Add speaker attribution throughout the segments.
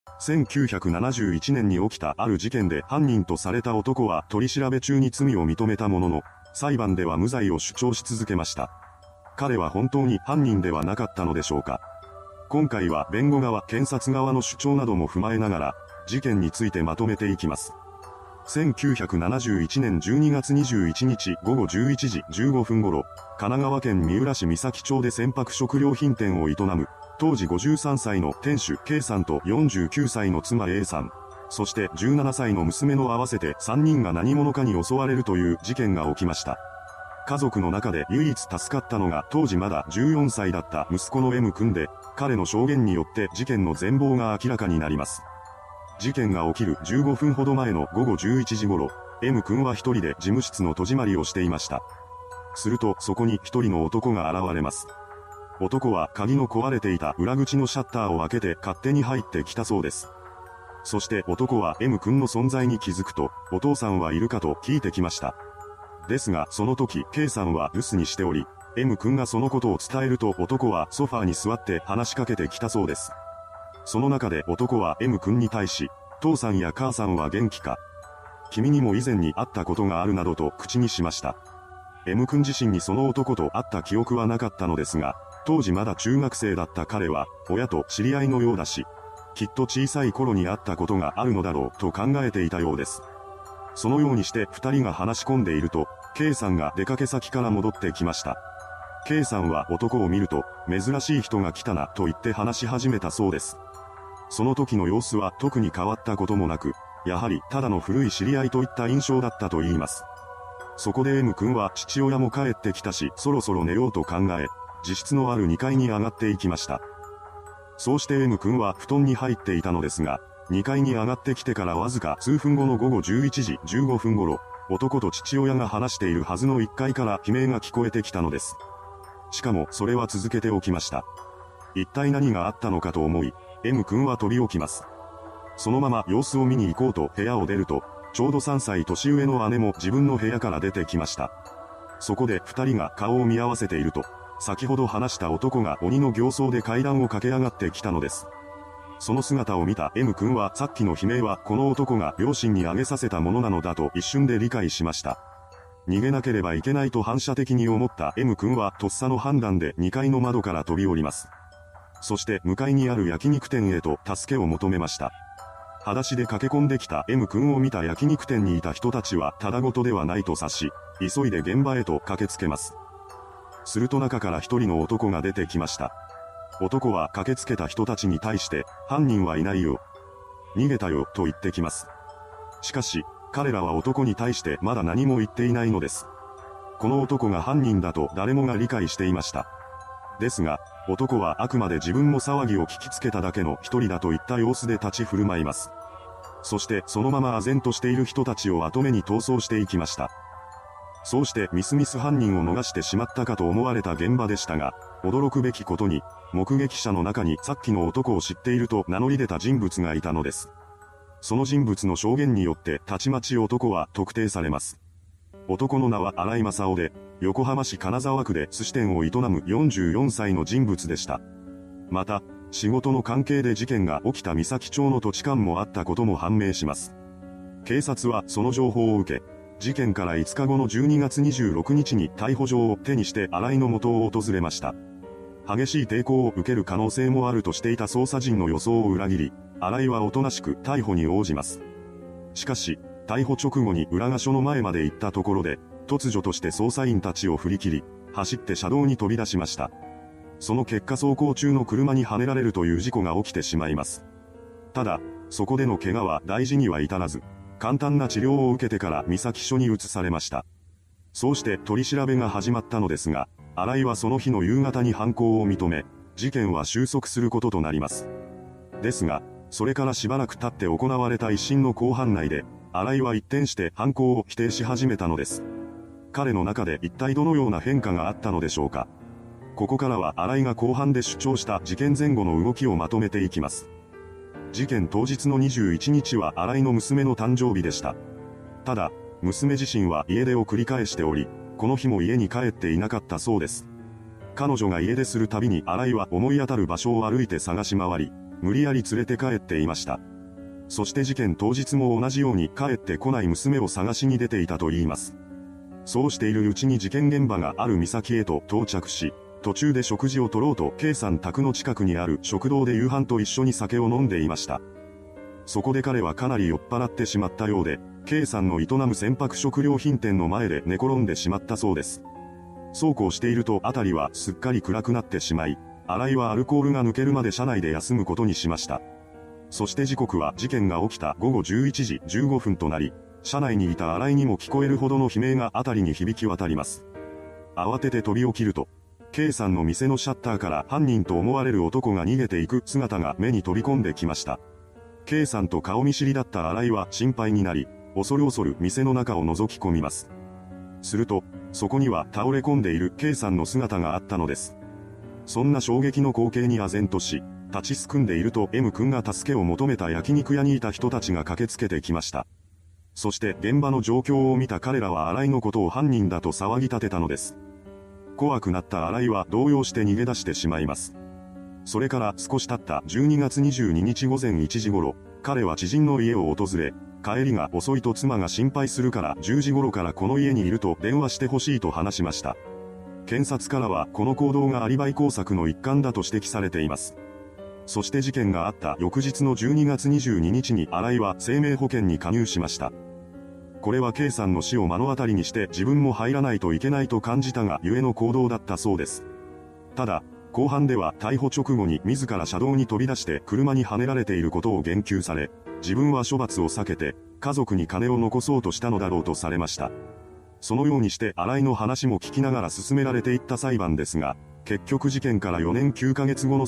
Speaker 1: 1971年に起きたある事件で犯人とされた男は取り調べ中に罪を認めたものの、裁判では無罪を主張し続けました。彼は本当に犯人ではなかったのでしょうか。今回は弁護側、検察側の主張なども踏まえながら、事件についてまとめていきます。1971年12月21日午後11時15分頃、神奈川県三浦市三崎町で船舶食料品店を営む、当時53歳の店主 K さんと49歳の妻 A さん、そして17歳の娘の合わせて3人が何者かに襲われるという事件が起きました。家族の中で唯一助かったのが当時まだ14歳だった息子の M 君で、彼の証言によって事件の全貌が明らかになります。事件が起きる15分ほど前の午後11時頃、M 君は一人で事務室の戸締まりをしていました。するとそこに一人の男が現れます。男は鍵の壊れていた裏口のシャッターを開けて勝手に入ってきたそうです。そして男は M 君の存在に気づくと、お父さんはいるかと聞いてきました。ですがその時 K さんは留守にしており、M 君がそのことを伝えると男はソファーに座って話しかけてきたそうです。その中で男は M 君に対し、父さんや母さんは元気か？君にも以前に会ったことがあるなどと口にしました。M 君自身にその男と会った記憶はなかったのですが、当時まだ中学生だった彼は、親と知り合いのようだし、きっと小さい頃に会ったことがあるのだろうと考えていたようです。そのようにして二人が話し込んでいると、K さんが出かけ先から戻ってきました。K さんは男を見ると、珍しい人が来たなと言って話し始めたそうです。その時の様子は特に変わったこともなく、やはりただの古い知り合いといった印象だったと言います。そこで M 君は父親も帰ってきたし、そろそろ寝ようと考え、自室のある2階に上がっていきました。そうして M 君は布団に入っていたのですが、2階に上がってきてからわずか数分後の午後11時15分頃、男と父親が話しているはずの1階から悲鳴が聞こえてきたのです。しかもそれは続けて起きました。一体何があったのかと思い、M 君は飛び起きます。そのまま様子を見に行こうと部屋を出ると、ちょうど3歳年上の姉も自分の部屋から出てきました。そこで2人が顔を見合わせていると、先ほど話した男が鬼の形相で階段を駆け上がってきたのです。その姿を見た M 君はさっきの悲鳴はこの男が両親にあげさせたものなのだと一瞬で理解しました。逃げなければいけないと反射的に思った M 君はとっさの判断で2階の窓から飛び降ります。そして向かいにある焼肉店へと助けを求めました。裸足で駆け込んできた M 君を見た焼肉店にいた人たちはただごとではないと察し、急いで現場へと駆けつけます。すると中から一人の男が出てきました。男は駆けつけた人たちに対して、犯人はいないよ。逃げたよ、と言ってきます。しかし、彼らは男に対してまだ何も言っていないのです。この男が犯人だと誰もが理解していました。ですが、男はあくまで自分も騒ぎを聞きつけただけの一人だといった様子で立ち振る舞います。そしてそのまま唖然としている人たちを後目に逃走していきました。そうしてみすみす犯人を逃してしまったかと思われた現場でしたが、驚くべきことに、目撃者の中にさっきの男を知っていると名乗り出た人物がいたのです。その人物の証言によってたちまち男は特定されます。男の名は新井正夫で、横浜市金沢区で寿司店を営む44歳の人物でした。また、仕事の関係で事件が起きた三崎町の土地勘もあったことも判明します。警察はその情報を受け、事件から5日後の12月26日に逮捕状を手にして新井の元を訪れました。激しい抵抗を受ける可能性もあるとしていた捜査陣の予想を裏切り、新井はおとなしく逮捕に応じます。しかし、逮捕直後に浦賀署の前まで行ったところで、突如として捜査員たちを振り切り、走って車道に飛び出しました。その結果走行中の車にはねられるという事故が起きてしまいます。ただ、そこでの怪我は大事には至らず、簡単な治療を受けてから三崎署に移されました。そうして取り調べが始まったのですが、新井はその日の夕方に犯行を認め、事件は収束することとなります。ですが、それからしばらく経って行われた一審の公判内で、新井は一転して犯行を否定し始めたのです。彼の中で一体どのような変化があったのでしょうか。ここからは新井が公判で主張した事件前後の動きをまとめていきます。事件当日の21日は新井の娘の誕生日でした。ただ、娘自身は家出を繰り返しており、この日も家に帰っていなかったそうです。彼女が家出するたびに新井は思い当たる場所を歩いて探し回り、 無理やり連れて帰っていました。そして事件当日も同じように帰ってこない娘を探しに出ていたといいます。そうしているうちに事件現場がある岬へと到着し、途中で食事を取ろうと K さん宅の近くにある食堂で夕飯と一緒に酒を飲んでいました。そこで彼はかなり酔っ払ってしまったようで、K さんの営む船舶食料品店の前で寝転んでしまったそうです。そうこうしていると辺りはすっかり暗くなってしまい、新井はアルコールが抜けるまで車内で休むことにしました。そして時刻は事件が起きた午後11時15分となり、車内にいた新井にも聞こえるほどの悲鳴が辺りに響き渡ります。慌てて飛び起きると、K さんの店のシャッターから犯人と思われる男が逃げていく姿が目に飛び込んできました。K さんと顔見知りだった新井は心配になり、恐る恐る店の中を覗き込みます。すると、そこには倒れ込んでいる K さんの姿があったのです。そんな衝撃の光景に唖然とし、立ちすくんでいると M 君が助けを求めた焼肉屋にいた人たちが駆けつけてきました。そして現場の状況を見た彼らは新井のことを犯人だと騒ぎ立てたのです。怖くなった新井は動揺して逃げ出してしまいます。それから少し経った12月22日午前1時頃、彼は知人の家を訪れ、帰りが遅いと妻が心配するから10時頃からこの家にいると電話してほしいと話しました。検察からはこの行動がアリバイ工作の一環だと指摘されています。そして事件があった翌日の12月22日に新井は生命保険に加入しました。これは K さんの死を目の当たりにして自分も入らないといけないと感じたがゆえの行動だったそうです。ただ、後半では逮捕直後に自ら車道に飛び出して車にはねられていることを言及され、自分は処罰を避けて家族に金を残そうとしたのだろうとされました。そのようにして新井の話も聞きながら進められていった裁判ですが、結局事件から4年9ヶ月後の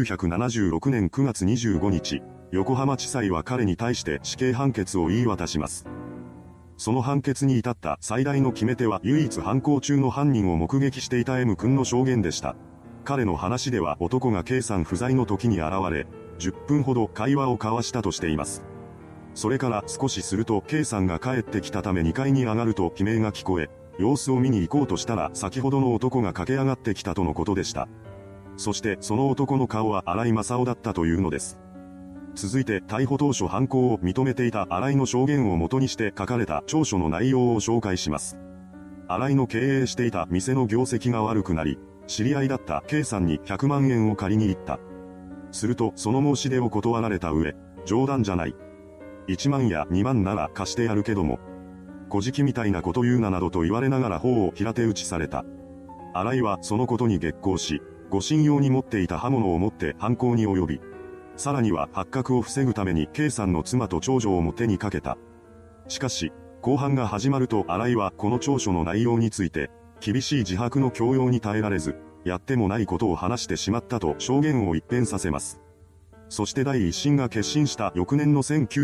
Speaker 1: 1976年9月25日、横浜地裁は彼に対して死刑判決を言い渡します。その判決に至った最大の決め手は唯一犯行中の犯人を目撃していた M 君の証言でした。彼の話では男が K さん不在の時に現れ、10分ほど会話を交わしたとしています。それから少しすると K さんが帰ってきたため2階に上がると悲鳴が聞こえ、様子を見に行こうとしたら先ほどの男が駆け上がってきたとのことでした。そしてその男の顔は新井正雄だったというのです。続いて逮捕当初犯行を認めていた新井の証言を元にして書かれた調書の内容を紹介します。新井の経営していた店の業績が悪くなり、知り合いだった K さんに100万円を借りに行った。するとその申し出を断られた上、冗談じゃない。1万や2万なら貸してやるけども、小じきみたいなこと言うななどと言われながら頬を平手打ちされた。新井はそのことに激高し、護身用に持っていた刃物を持って犯行に及び、さらには発覚を防ぐために K さんの妻と長女をも手にかけた。しかし、公判が始まると新井はこの調書の内容について、厳しい自白の強要に耐えられず、やってもないことを話してしまったと証言を一変させます。そして第一審が結審した翌年の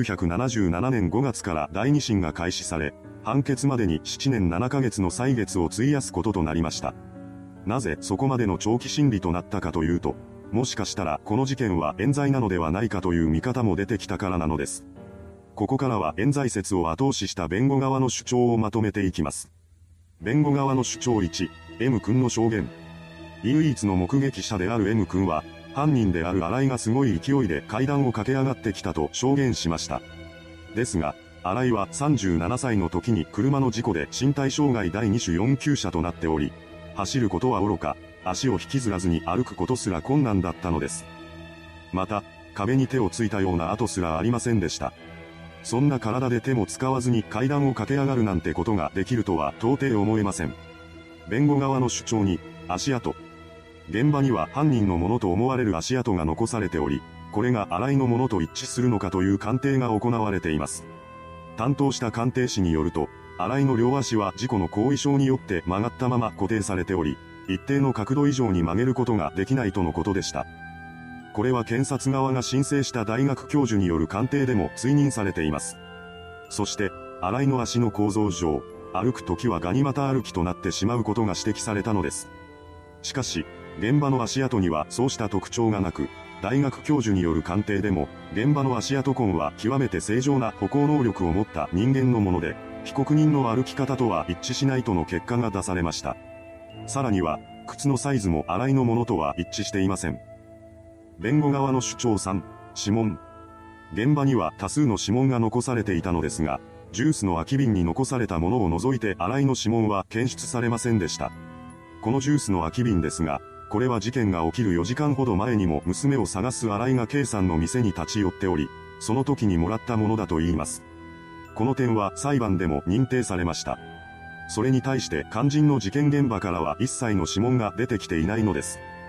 Speaker 1: 1977年5月から第二審が開始され、判決までに7年7ヶ月の歳月を費やすこととなりました。なぜそこまでの長期審理となったかというと、もしかしたらこの事件は冤罪なのではないかという見方も出てきたからなのです。ここからは冤罪説を後押しした弁護側の主張をまとめていきます。弁護側の主張1、M 君の証言。唯一の目撃者である M 君は、犯人である新井がすごい勢いで階段を駆け上がってきたと証言しました。ですが、新井は37歳の時に車の事故で身体障害第2種4級者となっており、走ることはおろか、足を引きずらずに歩くことすら困難だったのです。また、壁に手をついたような跡すらありませんでした。そんな体で手も使わずに階段を駆け上がるなんてことができるとは到底思えません。弁護側の主張に、足跡。現場には犯人のものと思われる足跡が残されており、これが新井のものと一致するのかという鑑定が行われています。担当した鑑定士によると、新井の両足は事故の後遺症によって曲がったまま固定されており、一定の角度以上に曲げることができないとのことでした。これは検察側が申請した大学教授による鑑定でも追認されています。そして、新井の足の構造上、歩くときはガニ股歩きとなってしまうことが指摘されたのです。しかし、現場の足跡にはそうした特徴がなく、大学教授による鑑定でも、現場の足跡痕は極めて正常な歩行能力を持った人間のもので、被告人の歩き方とは一致しないとの結果が出されました。さらには、靴のサイズも新井のものとは一致していません。弁護側の主張3、 指紋。現場には多数の指紋が残されていたのですが、ジュースの空き瓶に残されたものを除いて新井の指紋は検出されませんでした。このジュースの空き瓶ですが、これは事件が起きる4時間ほど前にも娘を探す新井が K さんの店に立ち寄っており、その時にもらったものだと言います。この点は裁判でも認定されました。それに対して肝心の事件現場からは一切の指紋が出てきていないのです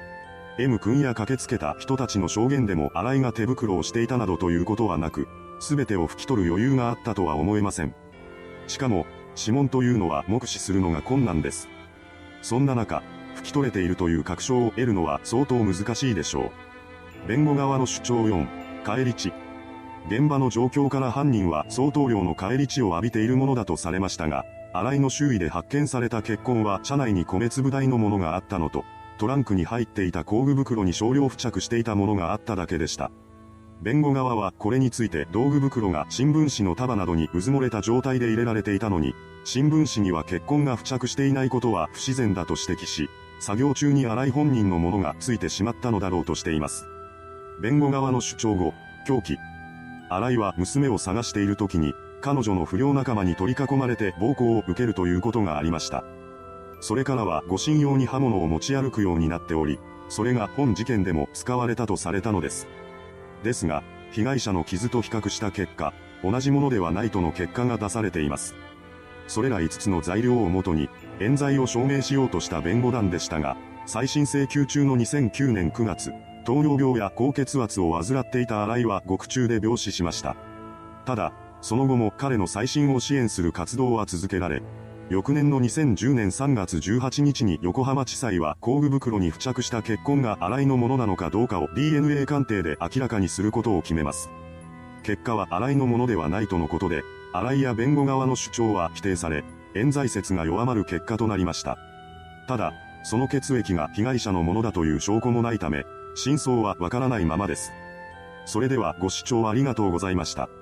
Speaker 1: 。M 君や駆けつけた人たちの証言でも新井が手袋をしていたなどということはなく、全てを拭き取る余裕があったとは思えません。しかも、指紋というのは目視するのが困難です。そんな中、拭き取れているという確証を得るのは相当難しいでしょう。弁護側の主張4、返り血。現場の状況から犯人は相当量の返り血を浴びているものだとされましたが、新井の周囲で発見された血痕は車内に米粒大のものがあったのと、トランクに入っていた工具袋に少量付着していたものがあっただけでした。弁護側はこれについて道具袋が新聞紙の束などにうず漏れた状態で入れられていたのに、新聞紙には血痕が付着していないことは不自然だと指摘し、作業中に新井本人のものがついてしまったのだろうとしています。弁護側の主張後、凶器。新井は娘を探している時に、彼女の不良仲間に取り囲まれて暴行を受けるということがありました。それからは護身用に刃物を持ち歩くようになっており、それが本事件でも使われたとされたのです。ですが、被害者の傷と比較した結果、同じものではないとの結果が出されています。それら5つの材料をもとに、冤罪を証明しようとした弁護団でしたが、再審請求中の2009年9月、糖尿病や高血圧を患っていた新井は獄中で病死しました。ただ、その後も彼の再審を支援する活動は続けられ、翌年の2010年3月18日に横浜地裁は工具袋に付着した血痕が新井のものなのかどうかを DNA 鑑定で明らかにすることを決めます。結果は新井のものではないとのことで、新井や弁護側の主張は否定され、冤罪説が弱まる結果となりました。ただ、その血液が被害者のものだという証拠もないため、真相はわからないままです。それではご視聴ありがとうございました。